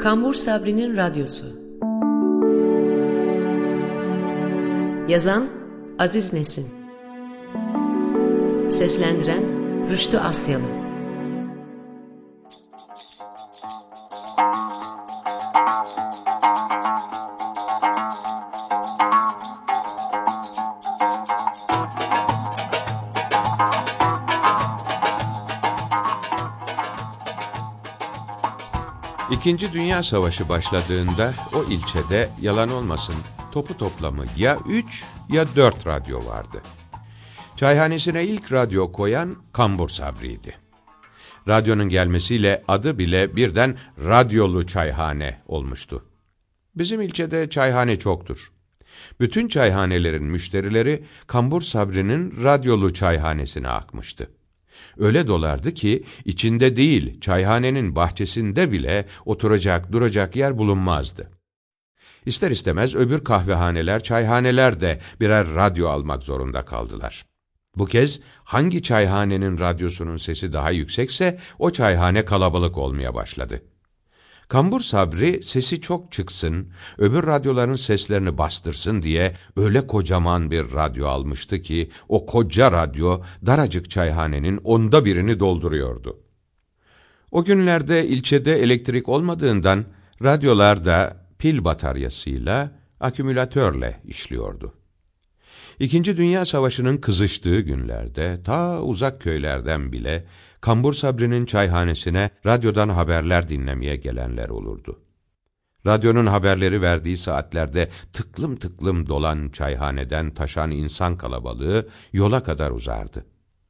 Kambur Sabri'nin Radyosu. Yazan Aziz Nesin. Seslendiren Rüştü Asyalı. İkinci Dünya Savaşı başladığında o ilçede yalan olmasın topu toplamı ya 3 ya 4 radyo vardı. Çayhanesine ilk radyo koyan Kambur Sabri'ydi. Radyonun gelmesiyle adı bile birden Radyolu Çayhane olmuştu. Bizim ilçede çayhane çoktur. Bütün çayhanelerin müşterileri Kambur Sabri'nin Radyolu Çayhanesine akmıştı. Öyle dolardı ki içinde değil çayhanenin bahçesinde bile oturacak duracak yer bulunmazdı. İster istemez öbür kahvehaneler, çayhaneler de birer radyo almak zorunda kaldılar. Bu kez hangi çayhanenin radyosunun sesi daha yüksekse o çayhane kalabalık olmaya başladı. Kambur Sabri sesi çok çıksın, öbür radyoların seslerini bastırsın diye öyle kocaman bir radyo almıştı ki o koca radyo daracık çayhanenin 1/10'ını dolduruyordu. O günlerde ilçede elektrik olmadığından radyolar da pil bataryasıyla, akümülatörle işliyordu. İkinci Dünya Savaşı'nın kızıştığı günlerde ta uzak köylerden bile Kambur Sabri'nin çayhanesine radyodan haberler dinlemeye gelenler olurdu. Radyonun haberleri verdiği saatlerde tıklım tıklım dolan çayhaneden taşan insan kalabalığı yola kadar uzardı.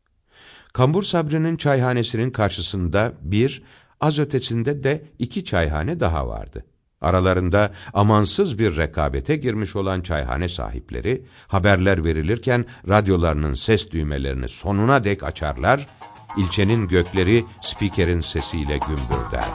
Kambur Sabri'nin çayhanesinin karşısında bir, az ötesinde de 2 çayhane daha vardı. Aralarında amansız bir rekabete girmiş olan çayhane sahipleri, haberler verilirken radyolarının ses düğmelerini sonuna dek açarlar, ilçenin gökleri spikerin sesiyle gümbürderdi.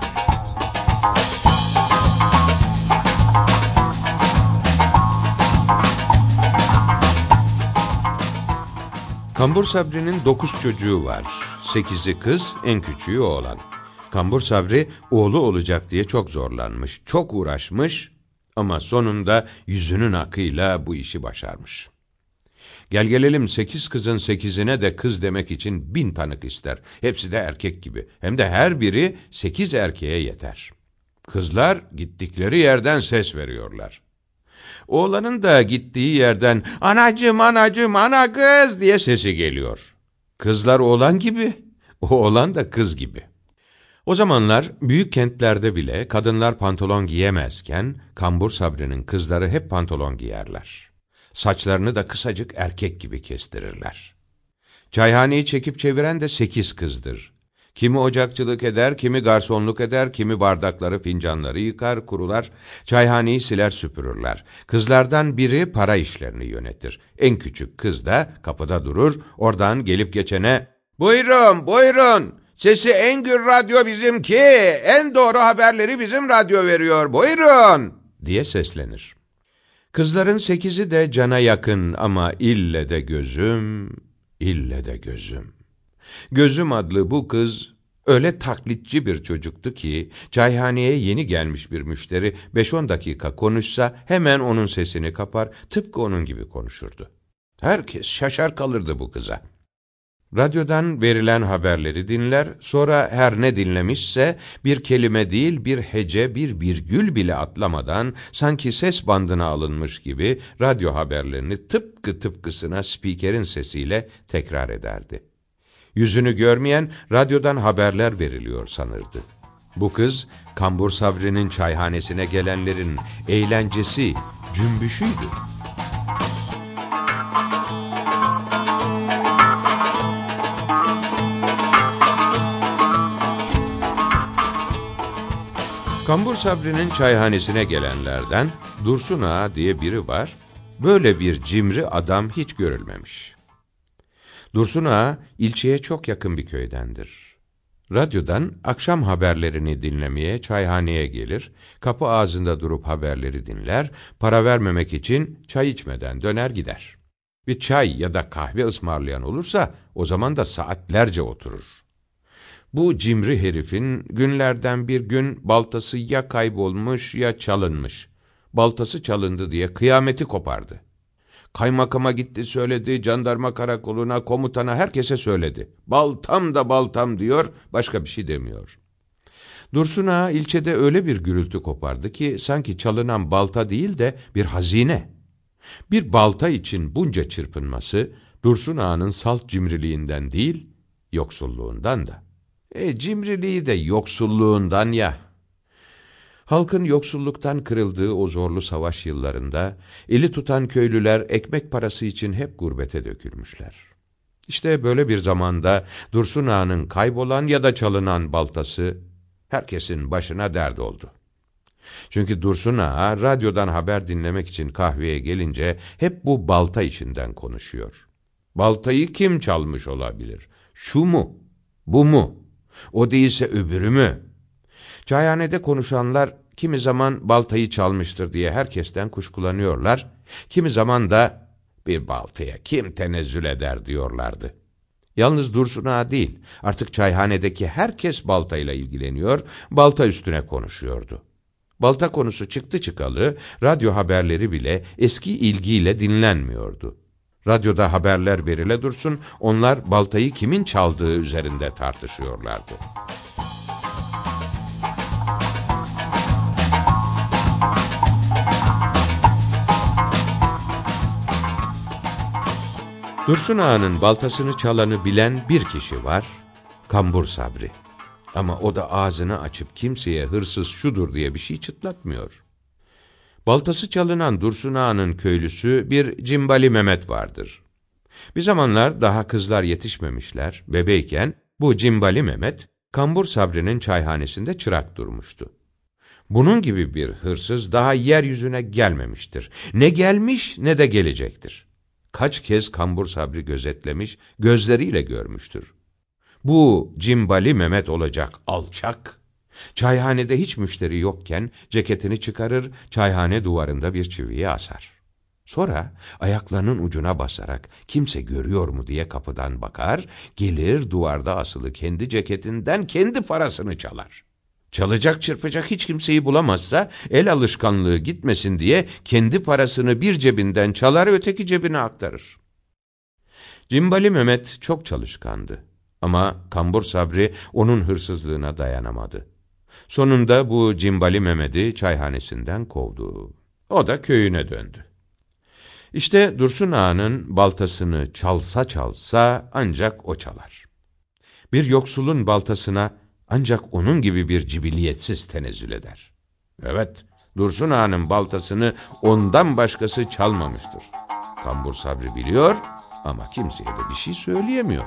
Kambur Sabri'nin 9 çocuğu var. 8'i kız, en küçüğü oğlan. Kambur Sabri oğlu olacak diye çok zorlanmış, çok uğraşmış ama sonunda yüzünün akıyla bu işi başarmış. Gel gelelim 8 kızın 8'ine de kız demek için 1000 tanık ister. Hepsi de erkek gibi. Hem de her biri 8 erkeğe yeter. Kızlar gittikleri yerden ses veriyorlar. Oğlanın da gittiği yerden anacım anacım ana kız diye sesi geliyor. Kızlar oğlan gibi, oğlan da kız gibi. O zamanlar büyük kentlerde bile kadınlar pantolon giyemezken Kambur Sabri'nin kızları hep pantolon giyerler. Saçlarını da kısacık erkek gibi kestirirler. Çayhaneyi çekip çeviren de 8 kızdır. Kimi ocakçılık eder, kimi garsonluk eder, kimi bardakları, fincanları yıkar, kurular, çayhaneyi siler süpürürler. Kızlardan biri para işlerini yönetir. En küçük kız da kapıda durur, oradan gelip geçene "Buyurun, buyurun! Sesi en gür radyo bizimki, en doğru haberleri bizim radyo veriyor, buyurun!" diye seslenir. Kızların 8'i de cana yakın ama ille de gözüm, ille de gözüm. Gözüm adlı bu kız öyle taklitçi bir çocuktu ki çayhaneye yeni gelmiş bir müşteri 5-10 dakika konuşsa hemen onun sesini kapar, tıpkı onun gibi konuşurdu. Herkes şaşar kalırdı bu kıza. Radyodan verilen haberleri dinler, sonra her ne dinlemişse bir kelime değil bir hece, bir virgül bile atlamadan sanki ses bandına alınmış gibi radyo haberlerini tıpkısına spikerin sesiyle tekrar ederdi. Yüzünü görmeyen radyodan haberler veriliyor sanırdı. Bu kız Kambur Sabri'nin çayhanesine gelenlerin eğlencesi, cümbüşüydü. Kambur Sabri'nin çayhanesine gelenlerden Dursun Ağa diye biri var, böyle bir cimri adam hiç görülmemiş. Dursun Ağa ilçeye çok yakın bir köydendir. Radyodan akşam haberlerini dinlemeye çayhaneye gelir, kapı ağzında durup haberleri dinler, para vermemek için çay içmeden döner gider. Bir çay ya da kahve ısmarlayan olursa o zaman da saatlerce oturur. Bu cimri herifin günlerden bir gün baltası ya kaybolmuş ya çalınmış. Baltası çalındı diye kıyameti kopardı. Kaymakama gitti söyledi, jandarma karakoluna, komutana, herkese söyledi. Baltam da baltam diyor, başka bir şey demiyor. Dursun Ağa ilçede öyle bir gürültü kopardı ki sanki çalınan balta değil de bir hazine. Bir balta için bunca çırpınması Dursun Ağa'nın salt cimriliğinden değil, yoksulluğundan da. Cimriliği de yoksulluğundan ya. Halkın yoksulluktan kırıldığı o zorlu savaş yıllarında eli tutan köylüler ekmek parası için hep gurbete dökülmüşler. İşte böyle bir zamanda Dursun Ağa'nın kaybolan ya da çalınan baltası herkesin başına dert oldu. Çünkü Dursun Ağa radyodan haber dinlemek için kahveye gelince hep bu balta içinden konuşuyor. Baltayı kim çalmış olabilir? Şu mu? Bu mu? O değilse öbürü mü? Çayhanede konuşanlar kimi zaman baltayı çalmıştır diye herkesten kuşkulanıyorlar, kimi zaman da bir baltaya kim tenezzül eder diyorlardı. Yalnız Dursun Ağa değil, artık çayhanedeki herkes baltayla ilgileniyor, balta üstüne konuşuyordu. Balta konusu çıktı çıkalı, radyo haberleri bile eski ilgiyle dinlenmiyordu. Radyoda haberler verile dursun, onlar baltayı kimin çaldığı üzerinde tartışıyorlardı. Dursun Ağa'nın baltasını çalanı bilen bir kişi var, Kambur Sabri. Ama o da ağzını açıp kimseye hırsız şudur diye bir şey çıtlatmıyor. Baltası çalınan Dursun Ağa'nın köylüsü bir Cimbali Mehmet vardır. Bir zamanlar daha kızlar yetişmemişler, bebeyken bu Cimbali Mehmet, Kambur Sabri'nin çayhanesinde çırak durmuştu. Bunun gibi bir hırsız daha yeryüzüne gelmemiştir. Ne gelmiş ne de gelecektir. Kaç kez Kambur Sabri gözetlemiş, gözleriyle görmüştür. Bu Cimbali Mehmet olacak alçak. Çayhanede hiç müşteri yokken ceketini çıkarır, çayhane duvarında bir çiviye asar. Sonra ayaklarının ucuna basarak kimse görüyor mu diye kapıdan bakar, gelir duvarda asılı kendi ceketinden kendi parasını çalar. Çalacak çırpacak hiç kimseyi bulamazsa el alışkanlığı gitmesin diye kendi parasını bir cebinden çalar öteki cebine aktarır. Cimbali Mehmet çok çalışkandı ama Kambur Sabri onun hırsızlığına dayanamadı. Sonunda bu Cimbali Mehmet'i çayhanesinden kovdu. O da köyüne döndü. İşte Dursun Ağa'nın baltasını çalsa çalsa ancak o çalar. Bir yoksulun baltasına ancak onun gibi bir cibiliyetsiz tenezzül eder. Evet, Dursun Ağa'nın baltasını ondan başkası çalmamıştır. Kambur Sabri biliyor ama kimseye de bir şey söyleyemiyor.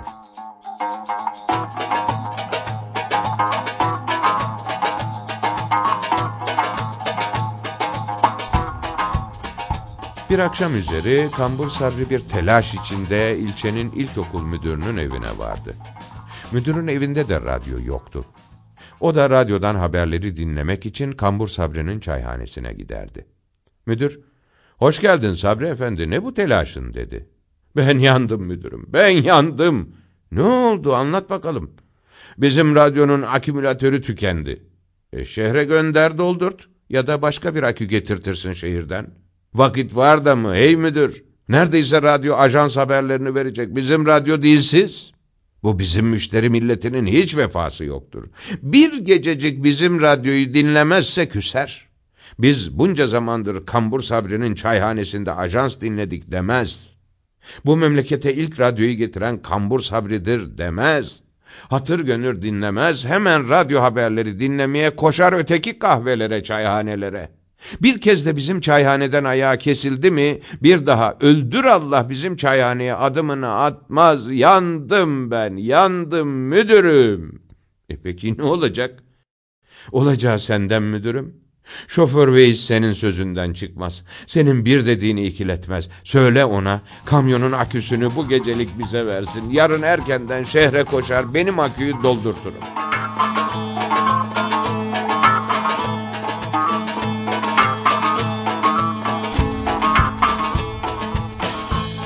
Bir akşam üzeri Kambur Sabri bir telaş içinde ilçenin ilkokul müdürünün evine vardı. Müdürün evinde de radyo yoktu. O da radyodan haberleri dinlemek için Kambur Sabri'nin çayhanesine giderdi. Müdür, "Hoş geldin Sabri Efendi, ne bu telaşın?" dedi. "Ben yandım müdürüm, ben yandım." "Ne oldu, anlat bakalım." "Bizim radyonun akümülatörü tükendi." Şehre gönder doldurt ya da başka bir akü getirtirsin şehirden." "Vakit var da mı hey müdür? Neredeyse radyo ajans haberlerini verecek, bizim radyo dilsiz." "Bu bizim müşteri milletinin hiç vefası yoktur. Bir gececik bizim radyoyu dinlemezse küser. Biz bunca zamandır Kambur Sabri'nin çayhanesinde ajans dinledik demez. Bu memlekete ilk radyoyu getiren Kambur Sabri'dir demez. Hatır gönül dinlemez, hemen radyo haberleri dinlemeye koşar öteki kahvelere, çayhanelere. Bir kez de bizim çayhaneden ayağı kesildi mi, bir daha öldür Allah bizim çayhaneye adımını atmaz. Yandım ben, yandım müdürüm." Peki ne olacak? "Olacağı senden müdürüm. Şoför Veys senin sözünden çıkmaz. Senin bir dediğini ikiletmez. Söyle ona kamyonun aküsünü bu gecelik bize versin. Yarın erkenden şehre koşar benim aküyü doldurturum."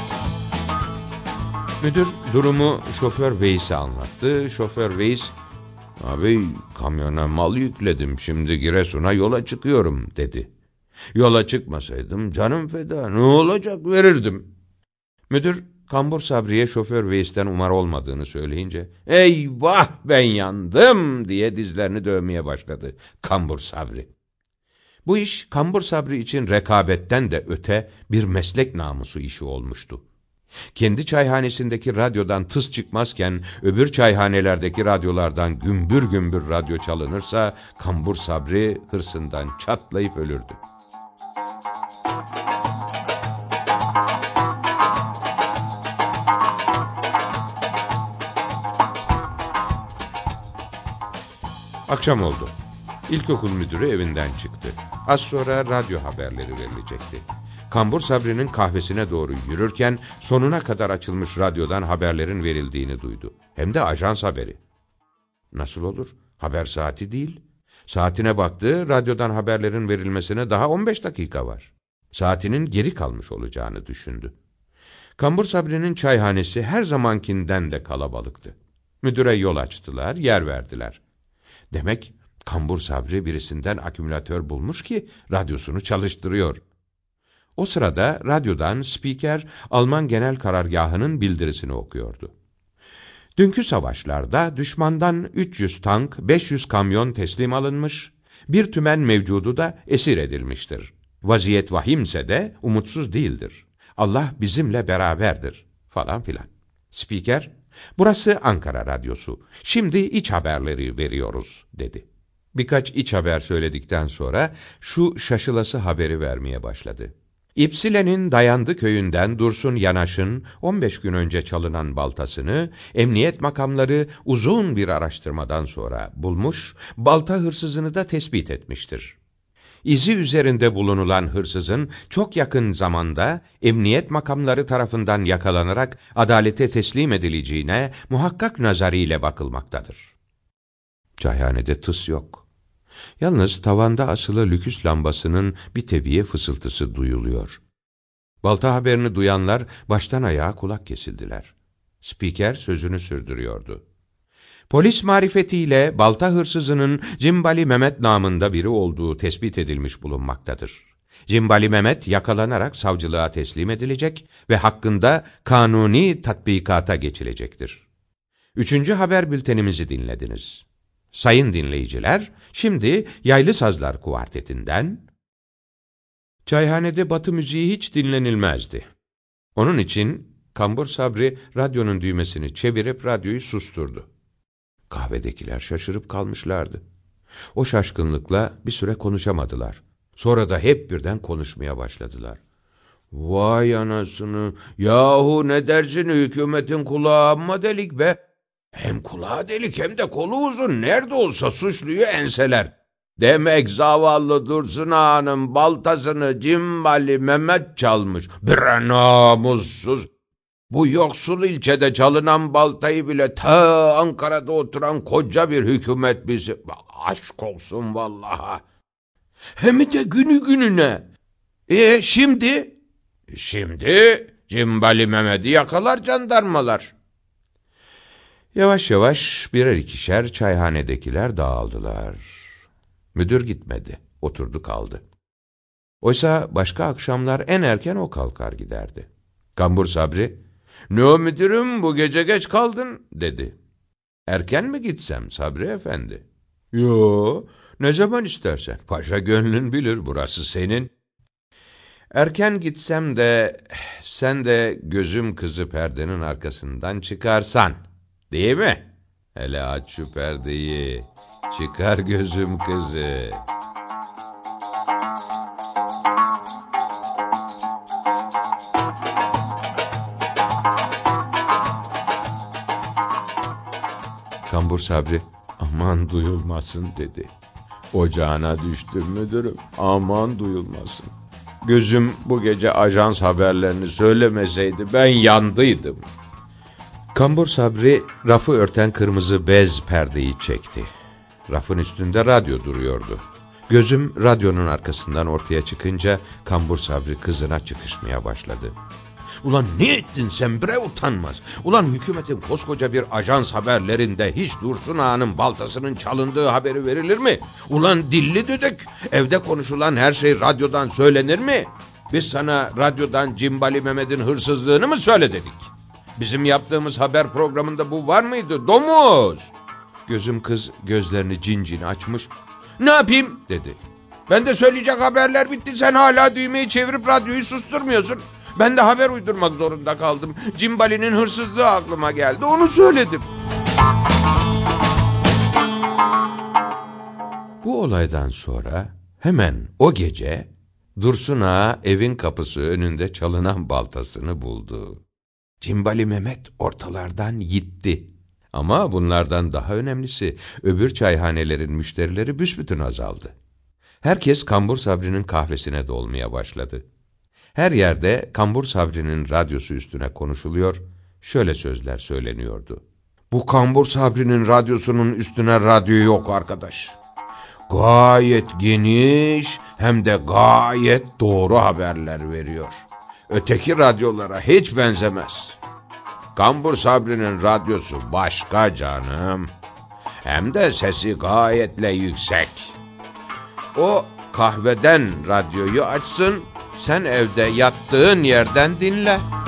Müdür durumu şoför Veys'e anlattı. Şoför Veys, Abi kamyona mal yükledim, şimdi Giresun'a yola çıkıyorum dedi. Yola çıkmasaydım canım feda, ne olacak, verirdim. Müdür Kambur Sabri'ye şoför Veys'ten umar olmadığını söyleyince eyvah ben yandım diye dizlerini dövmeye başladı Kambur Sabri. Bu iş Kambur Sabri için rekabetten de öte bir meslek namusu işi olmuştu. Kendi çayhanesindeki radyodan tıs çıkmazken öbür çayhanelerdeki radyolardan gümbür gümbür radyo çalınırsa Kambur Sabri hırsından çatlayıp ölürdü. Akşam oldu. İlkokul müdürü evinden çıktı. Az sonra radyo haberleri verilecekti. Kambur Sabri'nin kahvesine doğru yürürken sonuna kadar açılmış radyodan haberlerin verildiğini duydu. Hem de ajans haberi. Nasıl olur? Haber saati değil. Saatine baktı, radyodan haberlerin verilmesine daha 15 dakika var. Saatinin geri kalmış olacağını düşündü. Kambur Sabri'nin çayhanesi her zamankinden de kalabalıktı. Müdüre yol açtılar, yer verdiler. Demek Kambur Sabri birisinden akümülatör bulmuş ki radyosunu çalıştırıyor. O sırada radyodan spiker Alman Genel Karargahı'nın bildirisini okuyordu. Dünkü savaşlarda düşmandan 300 tank, 500 kamyon teslim alınmış, bir tümen mevcudu da esir edilmiştir. Vaziyet vahimse de umutsuz değildir. Allah bizimle beraberdir falan filan. Spiker, burası Ankara Radyosu. Şimdi iç haberleri veriyoruz dedi. Birkaç iç haber söyledikten sonra şu şaşılası haberi vermeye başladı. İpsile'nin Dayandı köyünden Dursun Yanaş'ın 15 gün önce çalınan baltasını emniyet makamları uzun bir araştırmadan sonra bulmuş, balta hırsızını da tespit etmiştir. İzi üzerinde bulunulan hırsızın çok yakın zamanda emniyet makamları tarafından yakalanarak adalete teslim edileceğine muhakkak nazarıyla bakılmaktadır. Çayhanede tıs yok. Yalnız tavanda asılı lüküs lambasının bir teviye fısıltısı duyuluyor. Balta haberini duyanlar baştan ayağa kulak kesildiler. Spiker sözünü sürdürüyordu. Polis marifetiyle balta hırsızının Cimbali Mehmet namında biri olduğu tespit edilmiş bulunmaktadır. Cimbali Mehmet yakalanarak savcılığa teslim edilecek ve hakkında kanuni tatbikata geçilecektir. 3. haber bültenimizi dinlediniz. Sayın dinleyiciler, şimdi Yaylı Sazlar Kuartetinden... Çayhanede Batı müziği hiç dinlenilmezdi. Onun için Kambur Sabri radyonun düğmesini çevirip radyoyu susturdu. Kahvedekiler şaşırıp kalmışlardı. O şaşkınlıkla bir süre konuşamadılar. Sonra da hep birden konuşmaya başladılar. Vay anasını, yahu ne dersin, hükümetin kulağı amma delik be. Hem kulağı delik hem de kolu uzun, nerede olsa suçluyu enseler. Demek zavallı Dursun Ağa'nın baltasını Cimbali Mehmet çalmış. Bir namussuz. Bu yoksul ilçede çalınan baltayı bile ta Ankara'da oturan koca bir hükümet bizi... Aşk olsun vallaha. Hem de günü gününe. Şimdi? Şimdi Cimbali Mehmet'i yakalar jandarmalar. Yavaş yavaş birer ikişer çayhanedekiler dağıldılar. Müdür gitmedi, oturdu kaldı. Oysa başka akşamlar en erken o kalkar giderdi. Kambur Sabri, "Ne o müdürüm, bu gece geç kaldın?" dedi. "Erken mi gitsem Sabri efendi?" "Yo, ne zaman istersen. Paşa gönlün bilir, burası senin." "Erken gitsem de sen de gözüm kızı perdenin arkasından çıkarsan, değil mi? Hele aç şu perdeyi, çıkar gözüm kızı." Kambur Sabri, "Aman duyulmasın" dedi. "Ocağına düştüm müdürüm, aman duyulmasın. Gözüm bu gece ajans haberlerini söylemeseydi ben yandıydım." Kambur Sabri rafı örten kırmızı bez perdeyi çekti. Rafın üstünde radyo duruyordu. Gözüm radyonun arkasından ortaya çıkınca Kambur Sabri kızına çıkışmaya başladı. Ulan ne ettin sen bre utanmaz? Ulan hükümetin koskoca bir ajans haberlerinde hiç Dursun Ağa'nın baltasının çalındığı haberi verilir mi? Ulan dilli düdük, evde konuşulan her şey radyodan söylenir mi? Biz sana radyodan Cimbali Mehmet'in hırsızlığını mı söyle dedik? Bizim yaptığımız haber programında bu var mıydı? Domuz! Gözüm kız gözlerini cin açmış. Ne yapayım dedi. Ben de söyleyecek haberler bitti. Sen hala düğmeyi çevirip radyoyu susturmuyorsun. Ben de haber uydurmak zorunda kaldım. Cimbali'nin hırsızlığı aklıma geldi. Onu söyledim. Bu olaydan sonra hemen o gece Dursun Ağa evin kapısı önünde çalınan baltasını buldu. Cimbali Mehmet ortalardan gitti. Ama bunlardan daha önemlisi öbür çayhanelerin müşterileri büsbütün azaldı. Herkes Kambur Sabri'nin kahvesine dolmaya başladı. Her yerde Kambur Sabri'nin radyosu üstüne konuşuluyor, şöyle sözler söyleniyordu. Bu Kambur Sabri'nin radyosunun üstüne radyo yok arkadaş. Gayet geniş hem de gayet doğru haberler veriyor. Öteki radyolara hiç benzemez. Kambur Sabri'nin radyosu başka canım. Hem de sesi gayetle yüksek. O kahveden radyoyu açsın, sen evde yattığın yerden dinle.